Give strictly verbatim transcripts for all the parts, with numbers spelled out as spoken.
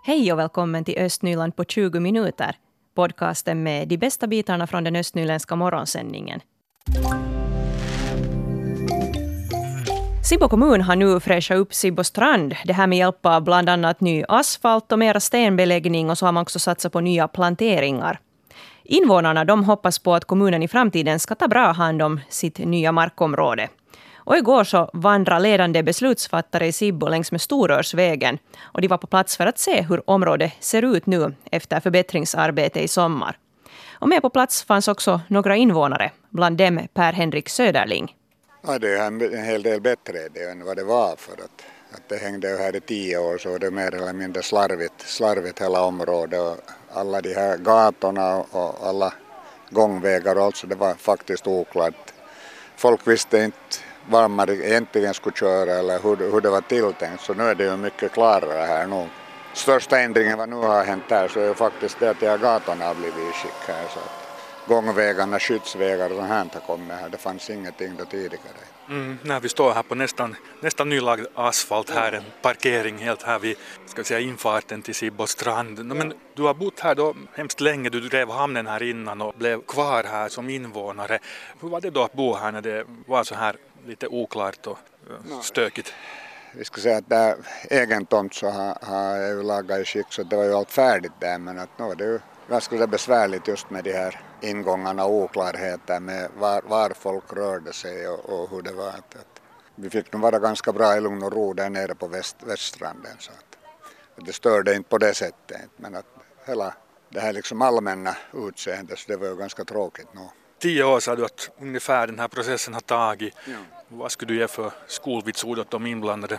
Hej och välkommen till Östnyland på tjugo minuter. Podcasten med de bästa bitarna från den östnyländska morgonsändningen. Sibbo kommun har nu fräschat upp Sibbo strand. Det här med hjälp av bland annat ny asfalt och mera stenbeläggning, och så har man också satsat på nya planteringar. Invånarna de hoppas på att kommunen i framtiden ska ta bra hand om sitt nya markområde. Och igår så vandrade ledande beslutsfattare i Sibbo längs med Storörsvägen. Och de var på plats för att se hur området ser ut nu efter förbättringsarbete i sommar. Och med på plats fanns också några invånare, bland dem Per-Henrik Söderling. Ja, det är en hel del bättre det än vad det var, för att, att det hängde ju här i tio år, så det är mer eller mindre slarvigt, slarvigt hela området, och alla de här gatorna och alla gångvägar och allt, så det var faktiskt oklart. Folk visste inte var man egentligen skulle köra eller hur, hur det var tilltänkt, så nu är det ju mycket klarare här nu. Största ändringen vad nu har hänt här så är ju faktiskt det att de här gatorna har blivit i skick här, så att gångvägarna, skyddsvägar och sånt här har kommit här. Det fanns ingenting då tidigare. Mm, när vi står här på nästan, nästan nylagd asfalt här, en parkering helt här vid, ska vi säga, infarten till Sibbo strand. No, men du har bott här då hemskt länge, du drev hamnen här innan och blev kvar här som invånare. Hur var det då att bo här när det var så här lite oklart och uh, stökigt? Vi ska säga att där egen tomt så har, har jag ju lagat i skick, så det var ju allt färdigt där, men att nu är det ju ganska besvärligt just med de här ingångarna och oklarheter med var, var folk rörde sig och, och hur det var. Att, att vi fick nog vara ganska bra i lugn och ro där nere på väst, väststranden, så att, att det störde inte på det sättet, men att hela det här liksom allmänna utseendet, så det var ju ganska tråkigt nu. Tio år sa du att ungefär den här processen har tagit. Ja. Vad skulle du ge för skolvitsord åt de inblandade?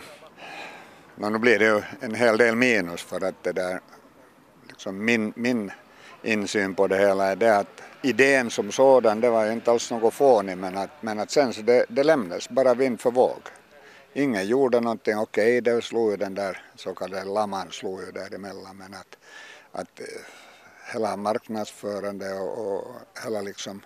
No, nu blir det ju en hel del minus, för att det där, liksom min, min insyn på det hela är det att idén som sådan, det var ju inte alls något fånig, men att, men att sen så det, det lämnades bara vind för våg. Ingen gjorde någonting, okej, det slog ju den där så kallade lamman slog ju däremellan, men att, att hela marknadsförande och, och hela liksom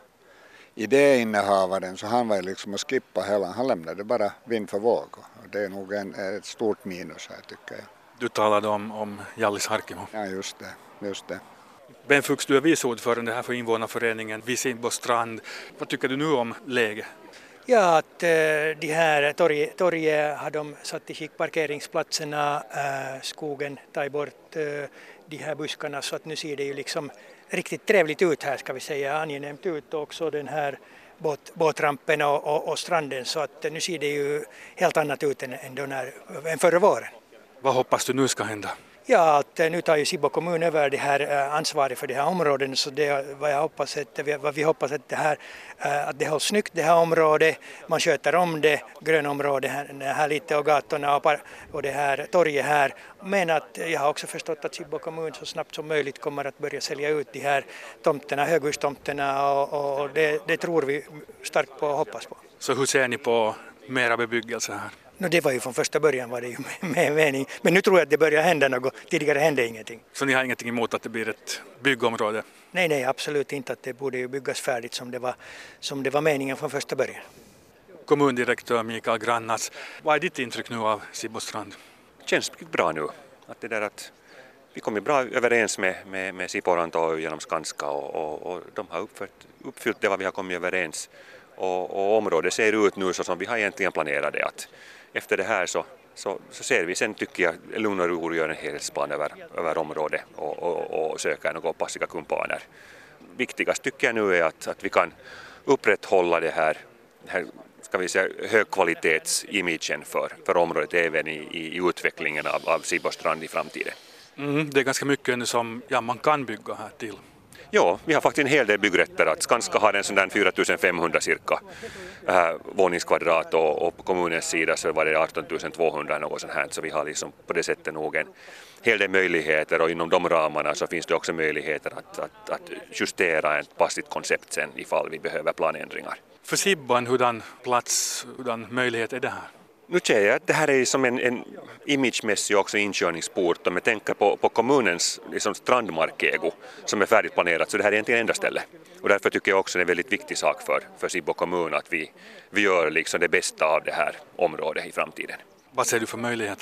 idéinnehavaren, så han var ju liksom att skippa hela, han lämnade bara vind för våg, och det är nog en, ett stort minus här, tycker jag. Du talade om, om Jallis Harkimo. Ja, just det, just det. Ben Fuchs, du är vice ordförande här för invånarföreningen vid Sibbo strand. Vad tycker du nu om läget? Ja, att eh, de här torget, torget har de satt i skick parkeringsplatserna, eh, skogen tar bort eh, de här buskarna, så att nu ser det ju liksom riktigt trevligt ut här, ska vi säga, angenämt ut, och också den här båt, båtrampen och, och, och stranden, så att nu ser det ju helt annat ut än, än, när, än förra våren. Vad hoppas du nu ska hända? Ja, att nu tar ju Sibbo kommun över det här ansvaret för det här områden, så det vad jag hoppas att vad vi hoppas att det här att det hålls snyggt, det här området, man sköter om det grönområdet här, här lite, och gatorna och, och det här torget här, men att jag har också förstått att Sibbo kommun så snabbt som möjligt kommer att börja sälja ut de här tomterna, höghustomterna, och, och det, det tror vi starkt på och hoppas på. Så hur ser ni på mera bebyggelse här? No, det var ju från första början var det ju med mening. Men nu tror jag att det börjar hända något. Tidigare hände ingenting. Så ni har ingenting emot att det blir ett byggområde? Nej, nej, absolut inte. Att det borde ju byggas färdigt som det var, som det var meningen från första början. Kommundirektör Mikael Grannas, vad är ditt intryck nu av Sibbo strand? Det känns bra nu. Att det där att vi kommer bra överens med, med, med Siporanto och genom Skanska, och, och, och de har uppfyllt, uppfyllt det vad vi har kommit överens. Och, och området ser ut nu så som vi har egentligen planerat det, att efter det här så, så, så ser vi sen, tycker jag, lugn och ro gör en helhetsplan över, över området och, och, och söker några passiga kumpaner. Viktigast tycker jag nu är att, att vi kan upprätthålla det här, här ska vi säga, högkvalitetsimidgen för, för området även i, i utvecklingen av, av Sibbo strand i framtiden. Mm, det är ganska mycket som ja, man kan bygga här till. Ja, vi har faktiskt en hel del byggrätter. Att Skanska har en sån där fyra tusen femhundra cirka äh, våningskvadrat, och, och på kommunens sida så var det arton tusen tvåhundra något sånt här. Så vi har liksom på det sättet nog en hel del möjligheter, och inom de ramarna så finns det också möjligheter att, att, att justera ett passigt koncept sen ifall vi behöver planändringar. För Sibbo, en hurdan plats, hurdan möjlighet är det här? Nu säger jag att det här är som en, en imagemässig också inkörningsport, om jag tänker på, på kommunens liksom strandmarkägo som är färdigt planerat, så det här är egentligen enda stället. Och därför tycker jag också det är en väldigt viktig sak för, för Sibbo kommun att vi, vi gör liksom det bästa av det här området i framtiden. Vad ser du för möjligheter här?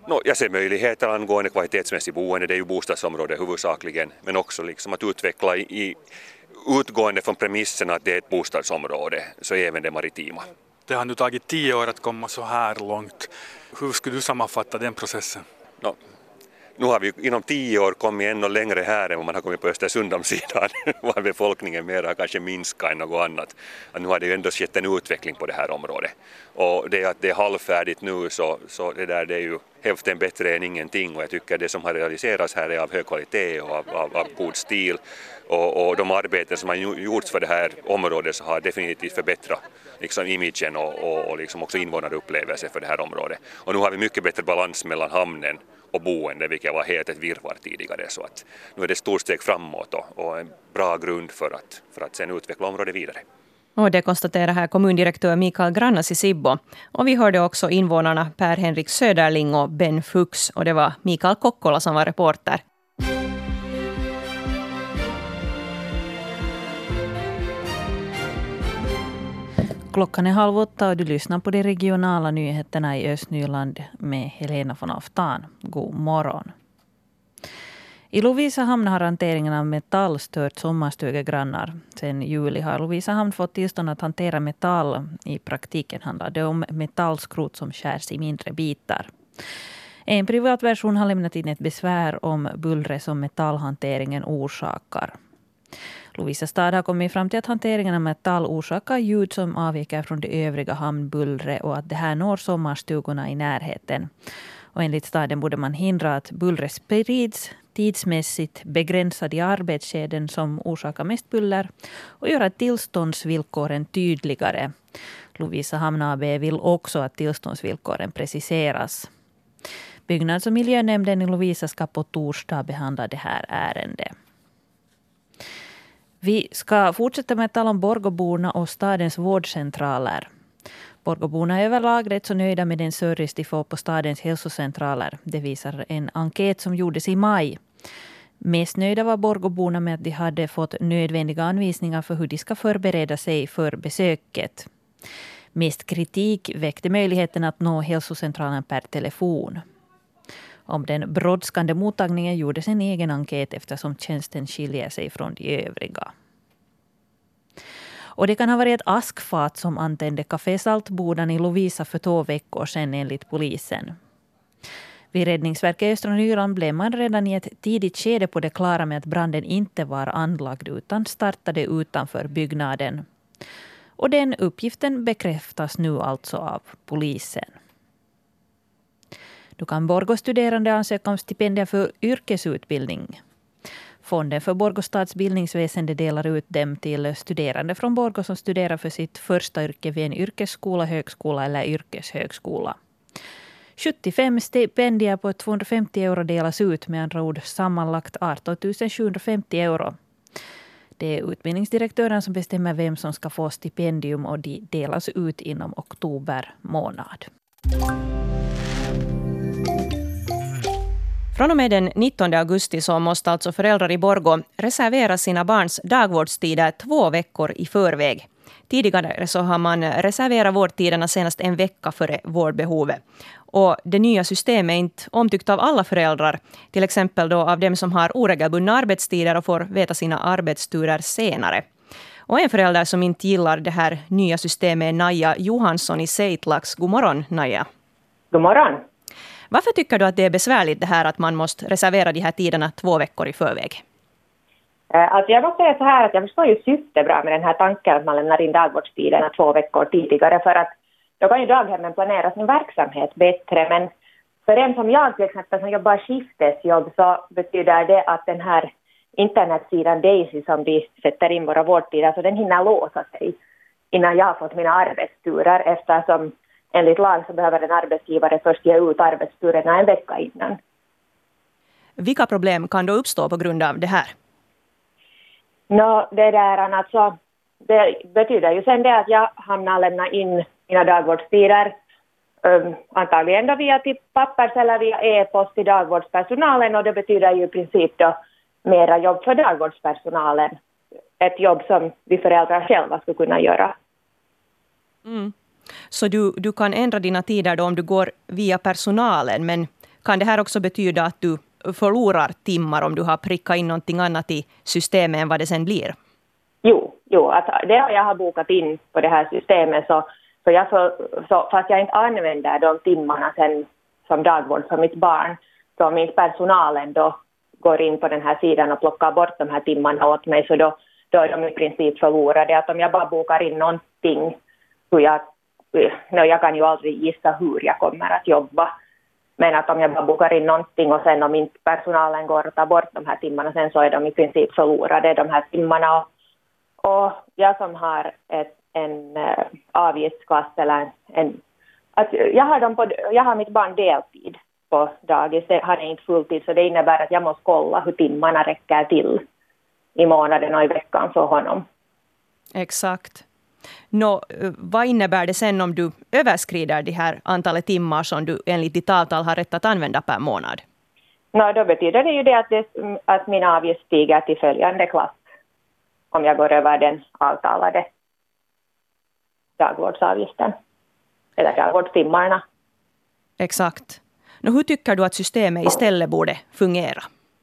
No, jag ser möjligheter angående kvalitetsmässig boende, det är ju bostadsområde huvudsakligen, men också liksom att utveckla i, i utgående från premissen att det är ett bostadsområde, så även det maritima. Det har nu tagit tio år att komma så här långt. Hur skulle du sammanfatta den processen? No, nu har vi inom tio år kommit ännu längre här än vad man har kommit på Östersundamsidan, var befolkningen mer har kanske minskat än något annat. Att nu har det ju ändå skett en utveckling på det här området. Och det att det är halvfärdigt nu, så, så det, där, det är ju hälften bättre än ingenting, och jag tycker det som har realiserats här är av hög kvalitet och av, av, av god stil. Och, och de arbeten som har gjorts för det här området så har definitivt förbättrat liksom imagen och, och, och liksom också invånarupplevelser för det här området. Och nu har vi mycket bättre balans mellan hamnen och boende, vilket var helt ett virrvarr tidigare. Så att nu är det ett stort steg framåt och, och en bra grund för att, för att sen utveckla området vidare. Och det konstaterar här kommundirektör Mikael Grannas i Sibbo. Och vi hörde också invånarna Per-Henrik Söderling och Ben Fuchs. Och det var Mikael Kokkola som var reporter. Klockan är halv åtta och du lyssnar på de regionala nyheterna i Östnyland med Helena von Aftan. God morgon. I Lovisa hamn har hanteringen av metall stört sommarstugegrannar. Sen juli har Lovisa hamn fått tillstånd att hantera metall. I praktiken handlar det om metallskrot som skärs i mindre bitar. En privatperson har lämnat in ett besvär om bullret som metallhanteringen orsakar. Lovisa stad har kommit fram till att hanteringen av metall orsakar ljud som avviker från det övriga hamnbullret och att det här når sommarstugorna i närheten. Och enligt staden borde man hindra att bullret sprids tidsmässigt, begränsa de arbetsskeden som orsakar mest buller och göra tillståndsvillkoren tydligare. Lovisa hamn A B vill också att tillståndsvillkoren preciseras. Byggnads- och miljönämnden i Lovisa ska på torsdag behandla det här ärendet. Vi ska fortsätta med att tala om Borgåborna och stadens vårdcentraler. Borgåborna är överlag rätt så nöjda med den service de får på stadens hälsocentraler. Det visar en enkät som gjordes i maj. Mest nöjda var Borgåborna med att de hade fått nödvändiga anvisningar för hur de ska förbereda sig för besöket. Mest kritik väckte möjligheten att nå hälsocentralen per telefon. Om den brådskande mottagningen gjordes en egen enkät eftersom tjänsten skiljer sig från de övriga. Och det kan ha varit ett askfat som antände Café Saltbodan i Lovisa för två veckor sedan enligt polisen. Vid Räddningsverket i Östra Nyland blev man redan i ett tidigt skede på det klara med att branden inte var anlagd utan startade utanför byggnaden. Och den uppgiften bekräftas nu alltså av polisen. Du kan Borgå-studerande ansöka om stipendier för yrkesutbildning. Fonden för Borgåstads bildningsväsende delar ut dem till studerande från Borgå som studerar för sitt första yrke vid en yrkesskola, högskola eller yrkeshögskola. sjuttiofem stipendier på tvåhundrafemtio euro delas ut, med andra ord sammanlagt arton tusen sjuhundrafemtio euro. Det är utbildningsdirektören som bestämmer vem som ska få stipendium och de delas ut inom oktober månad. Från och med den nittonde augusti så måste alltså föräldrar i Borgå reservera sina barns dagvårdstider två veckor i förväg. Tidigare så har man reserverat vårdtiderna senast en vecka före vårdbehovet. Och det nya systemet är inte omtyckt av alla föräldrar. Till exempel då av dem som har oregelbundna arbetstider och får veta sina arbetsturer senare. Och en förälder som inte gillar det här nya systemet är Naja Johansson i Seitlax. God morgon, Naja. God morgon. Varför tycker du att det är besvärligt det här att man måste reservera de här tiderna två veckor i förväg? Alltså jag måste säga så här att jag förstår ju syftet bra med den här tanken att man lämnar in dagvårdstiderna två veckor tidigare, för att då kan ju daghemmen planera sin verksamhet bättre. Men för en som jag till exempel som jobbar skiftesjobb så betyder det att den här internetsidan Daisy som de sätter in våra vårdtider, så den hinner låsa sig innan jag har fått mina arbetsturer, eftersom enligt lag så behöver en arbetsgivare först ge ut arbetsturerna en vecka innan. Vilka problem kan då uppstå på grund av det här? No, det där alltså, det betyder ju sen det att jag hamnar lämna in mina dagvårdstider um, antagligen då via till pappers eller via e-post till dagvårdspersonalen, och det betyder ju i princip då mera jobb för dagvårdspersonalen. Ett jobb som vi föräldrar själva skulle kunna göra. Mm. Så du, du kan ändra dina tider då om du går via personalen, men kan det här också betyda att du förlorar timmar om du har prickat in någonting annat i systemet än vad det sen blir? Jo, jo att det jag har bokat in på det här systemet så, så, jag för, så fast jag inte använder de timmarna sen som dagvård för mitt barn, så om inte personalen då går in på den här sidan och plockar bort de här timmarna åt mig, så då, då är de i princip förlorade. Att om jag bara bokar in någonting, så jag, no, jag kan ju aldrig gissa hur jag kommer att jobba. Men att om jag bara bokar in någonting och sen om inte personalen går och tar bort de här timmarna, sen så är de i princip förlorade de här timmarna. Och, och jag som har ett, en uh, avgiftsklass eller en, att jag har, dem på, jag har mitt barn deltid på dagis, det har jag inte fulltid, så det innebär att jag måste kolla hur timmarna räcker till i månaden och i veckan för honom. Exakt. Nå, vad innebär det sen om du överskrider det här antalet timmar som du enligt ditt avtal har rätt att använda per månad? Nå, då betyder det ju det att, det, att min avgift stiger till följande klass om jag går över den avtalade dagvårdsavgiften eller dagvårdstimmarna. Exakt. Nå, hur tycker du att systemet istället borde fungera?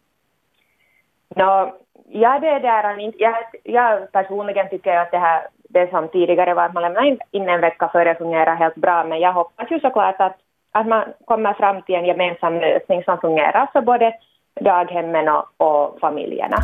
Nå, ja, det är där, jag, jag personligen tycker att det här, det som tidigare var att man lämnar in, in en vecka före fungerar helt bra, men jag hoppas ju såklart att, att man kommer fram till en gemensam lösning som fungerar för både daghemmen och, och familjerna.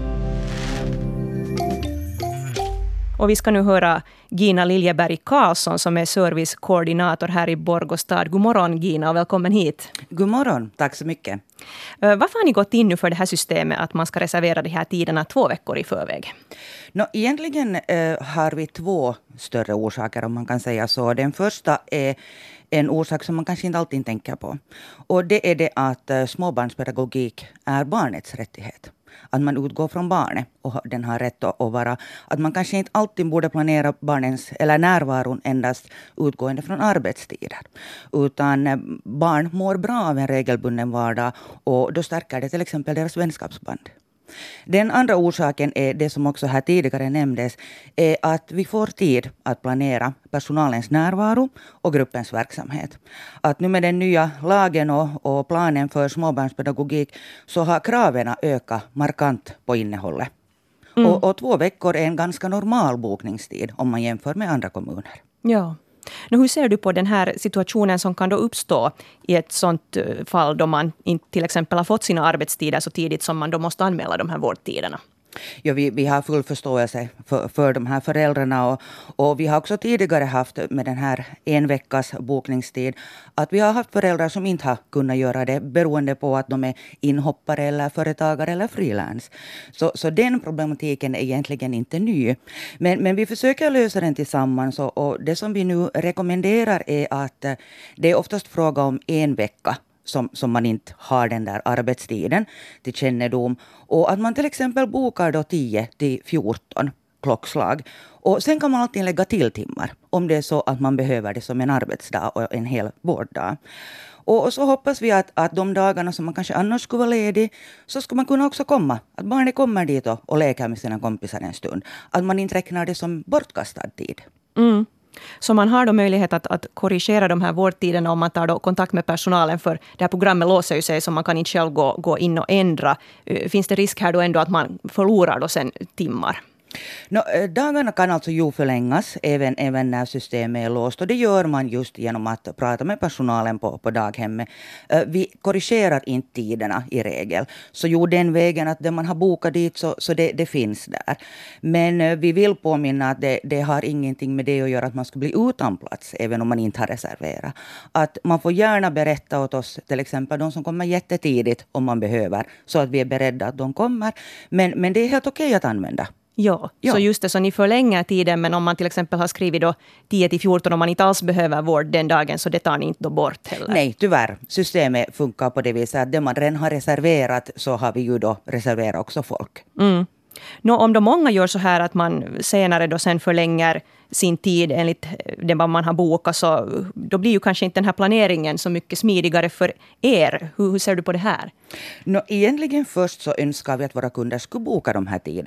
Och vi ska nu höra Gina Liljeberg Karlsson som är servicekoordinator här i Borgostad. God morgon Gina och välkommen hit. God morgon, tack så mycket. Varför har ni gått in nu för det här systemet att man ska reservera de här tiderna två veckor i förväg? No, egentligen eh, har vi två större orsaker om man kan säga så. Den första är en orsak som man kanske inte alltid tänker på. Och det är det att eh, småbarnspedagogik är barnets rättighet. Att man utgår från barnet och den har rätt att vara. Att man kanske inte alltid borde planera barnens eller närvaron endast utgående från arbetstider. Utan barn mår bra av en regelbunden vardag och då stärker det till exempel deras vänskapsband. Den andra orsaken är det som också här tidigare nämndes, är att vi får tid att planera personalens närvaro och gruppens verksamhet. Att nu med den nya lagen och, och planen för småbarnspedagogik så har kraven ökat markant på innehållet. Mm. Och, och två veckor är en ganska normal bokningstid om man jämför med andra kommuner. Ja. Nu, hur ser du på den här situationen som kan då uppstå i ett sånt fall då man inte till exempel har fått sina arbetstider så tidigt som man då måste anmäla de här vårdtiderna? Ja, vi, vi har full förståelse för, för de här föräldrarna och, och vi har också tidigare haft med den här en veckas bokningstid att vi har haft föräldrar som inte har kunnat göra det beroende på att de är inhoppare eller företagare eller frilans. Så, så den problematiken är egentligen inte ny. Men, men vi försöker lösa den tillsammans och, och det som vi nu rekommenderar är att det är oftast fråga om en vecka. Som, som man inte har den där arbetstiden till kännedom. Och att man till exempel bokar då tio till fjorton klockslag. Och sen kan man alltid lägga till timmar om det är så att man behöver det som en arbetsdag och en hel vårddag. Och så hoppas vi att, att de dagarna som man kanske annars skulle vara ledig så ska man kunna också komma. Att barnet kommer dit och, och leker med sina kompisar en stund. Att man inte räknar det som bortkastad tid. Mm. Så man har då möjlighet att, att korrigera de här vårdtiderna om man tar då kontakt med personalen, för det här programmet låser ju sig så man kan inte själv gå, gå in och ändra. Finns det risk här då ändå att man förlorar då sen timmar? No, dagarna kan alltså ju förlängas även, även när systemet är låst och det gör man just genom att prata med personalen på, på daghemmet. Vi korrigerar inte tiderna i regel. Så jo, den vägen att det man har bokat dit så, så det, det finns där. Men vi vill påminna att det, det har ingenting med det att göra att man ska bli utan plats även om man inte har reserverat. Att man får gärna berätta åt oss, till exempel de som kommer jättetidigt om man behöver, så att vi är beredda att de kommer. Men, men det är helt okej att använda. Ja, ja, så just det, så ni förlänger tiden, men om man till exempel har skrivit då tio till fjorton och man inte alls behöver vård den dagen, så det tar ni inte då bort heller? Nej, tyvärr. Systemet funkar på det viset att det man redan har reserverat så har vi ju då reserverat också folk. Mm. Nå, om då många gör så här att man senare då sen förlänger sin tid enligt det man har bokat, så då blir ju kanske inte den här planeringen så mycket smidigare för er. Hur, hur ser du på det här? No, egentligen först så önskar vi att våra kunder skulle boka de här tiderna.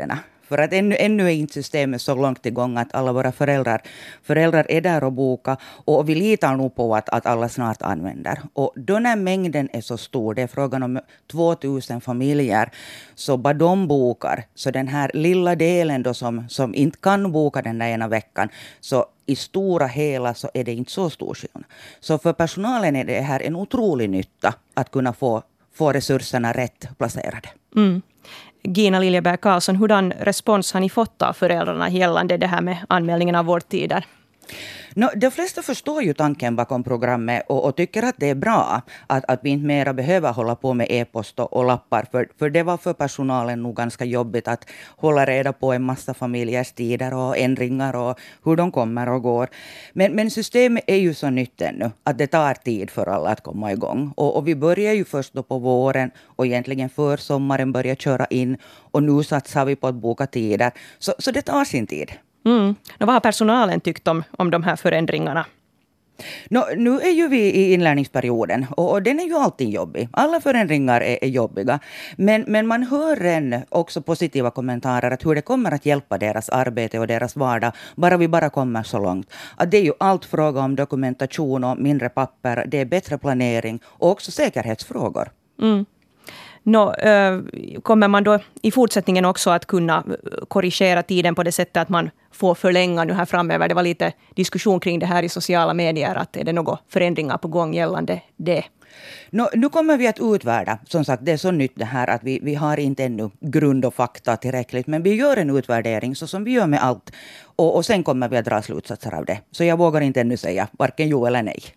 För att ännu, ännu är inte systemet så långt igång att alla våra föräldrar, föräldrar är där och boka. Och vi litar nog på att, att alla snart använder. Och då när mängden är så stor, det är frågan om tvåtusen familjer, så bara de bokar. Så den här lilla delen då som, som inte kan boka den där ena veckan, så i stora hela så är det inte så stor skillnad. Så för personalen är det här en otrolig nytta att kunna få, få resurserna rätt placerade. Mm. Gina Liljeberg Karlsson, hurdan respons har ni fått av föräldrarna gällande det här med anmälningen av vårdtider? No, de flesta förstår ju tanken bakom programmet och, och tycker att det är bra att, att vi inte mera behöver hålla på med e-post och, och lappar. För, för det var för personalen nog ganska jobbigt att hålla reda på en massa familjers tider och ändringar och hur de kommer och går. Men, men systemet är ju så nytt ännu att det tar tid för alla att komma igång. Och, och vi börjar ju först då på våren och egentligen för sommaren börjar köra in. Och nu satsar vi på att boka tider. Så, så det tar sin tid. Mm. Vad har personalen tyckt om, om de här förändringarna? No, nu är ju vi i inlärningsperioden och, och den är ju alltid jobbig. Alla förändringar är, är jobbiga. Men, men man hör än också positiva kommentarer att hur det kommer att hjälpa deras arbete och deras vardag. Bara vi bara kommer så långt. Att det är ju allt fråga om dokumentation och mindre papper. Det är bättre planering och också säkerhetsfrågor. Mm. Nå, äh, kommer man då i fortsättningen också att kunna korrigera tiden på det sättet att man får förlänga nu här framöver? Det var lite diskussion kring det här i sociala medier, att är det några förändringar på gång gällande det? No, nu kommer vi att utvärdera. Som sagt, det är så nytt det här att vi, vi har inte ännu grund och fakta tillräckligt. Men vi gör en utvärdering så som vi gör med allt. Och, och sen kommer vi att dra slutsatser av det. Så jag vågar inte ännu säga varken jo eller nej.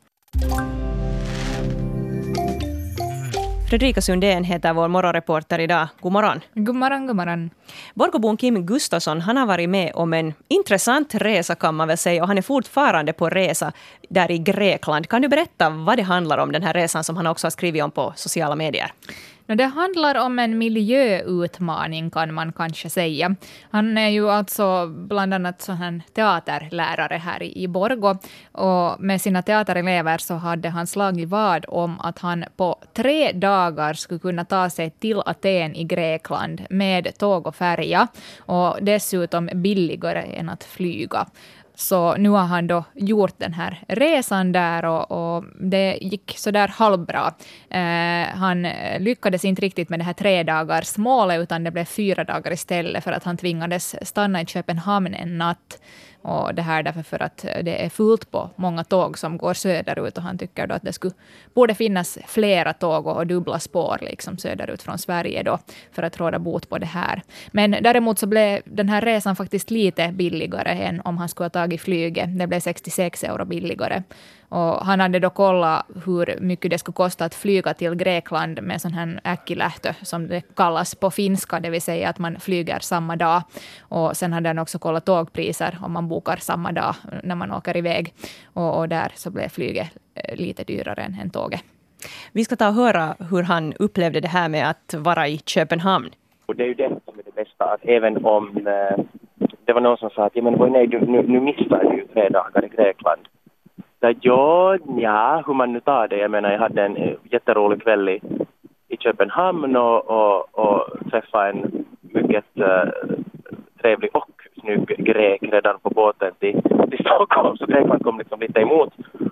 Fredrika Sundén heter vår morgonreporter idag. God morgon. God morgon, god morgon. Borgobon Kim Gustafsson, han har varit med om en intressant resa kan man väl säga. Och han är fortfarande på resa där i Grekland. Kan du berätta vad det handlar om, den här resan som han också har skrivit om på sociala medier? Det handlar om en miljöutmaning kan man kanske säga. Han är ju alltså bland annat sån här teaterlärare här i Borgå. Och med sina teaterelever så hade han slagit vad om att han på tre dagar skulle kunna ta sig till Aten i Grekland med tåg och färja. Och dessutom billigare än att flyga. Så nu har han då gjort den här resan där och, och det gick så där halvbra. Eh, han lyckades inte riktigt med det här tre dagars målet utan det blev fyra dagar istället för att han tvingades stanna i Köpenhamn en natt. Och det här därför för att det är fullt på många tåg som går söderut och han tycker då att det skulle, borde finnas flera tåg och dubbla spår liksom söderut från Sverige då för att råda bot på det här. Men däremot så blev den här resan faktiskt lite billigare än om han skulle ha tagit flyget. Det blev sextiosex euro billigare. Och han hade då kollat hur mycket det skulle kosta att flyga till Grekland med sån här äkkilähtö som det kallas på finska, det vill säga att man flyger samma dag. Och sen hade han också kollat tågpriser om man bokar samma dag när man åker iväg. Och, och där så blev flyget lite dyrare än, än tåget. Vi ska ta och höra hur han upplevde det här med att vara i Köpenhamn. Och det är ju det som är det bästa, att även om eh, det var någon som sa att ja, men, nej, du, nu, nu missar du ju tre dagar i Grekland. Så, ja, ja, hur man nu tar det. Jag menar, jag hade en jätterolig kväll i, i Köpenhamn och, och, och träffade en mycket uh, trevlig och snygg grek redan på båten till, till Stockholm. Så Grekland kom liksom lite emot.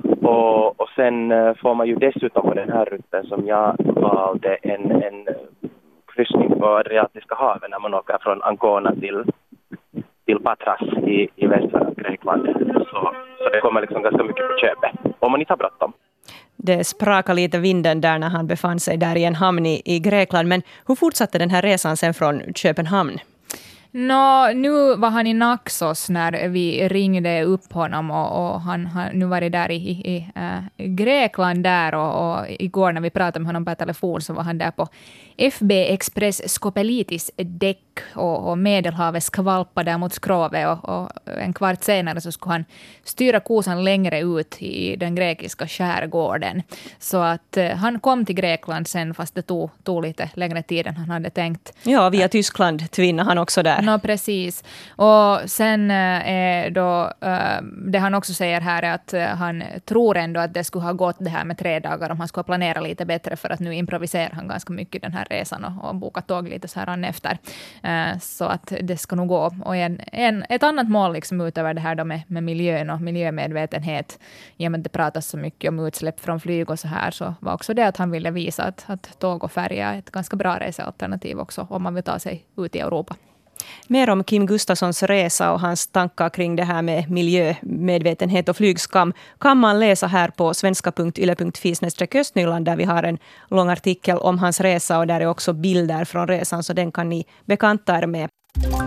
Och, och sen uh, får man ju dessutom på den här rutten som jag valde en, en kryssning på Adriatiska havet när man åker från Ancona till till Patras i, i västra Grekland. Så, så det kommer liksom ganska mycket på köpet. Om man inte har bråttom. Det sprakar lite vinden där när han befann sig där i en hamn i, i Grekland. Men hur fortsatte den här resan sen från Köpenhamn? Nå, nu var han i Naxos när vi ringde upp honom och, och han har nu varit där i, i, i äh, Grekland där och, och igår när vi pratade med honom på telefon så var han där på F B Express Skopelitis däck och, och Medelhavet skvalpade där mot skrovet och, och en kvart senare så skulle han styra kosan längre ut i den grekiska skärgården. Så att äh, han kom till Grekland sen fast det tog, tog lite längre tid än han hade tänkt. Ja, via Tyskland tvinnar han också där. no, precis. Och sen är då, det han också säger här är att han tror ändå att det skulle ha gått det här med tre dagar om han skulle planera lite bättre, för att nu improviserar han ganska mycket den här resan och, och bokar tåg lite så här efter. Så att det ska nog gå. Och en, en, ett annat mål liksom utöver det här då med, med miljön och miljömedvetenhet, i och med att det pratas så mycket om utsläpp från flyg och så här, så var också det att han ville visa att, att tåg och färja är ett ganska bra resealternativ också om man vill ta sig ut i Europa. Mer om Kim Gustafssons resa och hans tankar kring det här med miljömedvetenhet och flygskam kan man läsa här på svenska punkt yle punkt fi snedstreck östnyland, där vi har en lång artikel om hans resa och där är också bilder från resan, så den kan ni bekanta er med.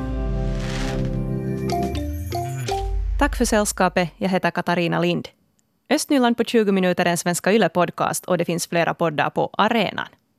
Tack för sällskapet. Jag heter Katarina Lind. Östnyland på tjugo minuter är en Svenska Yle podcast och det finns flera poddar på arenan.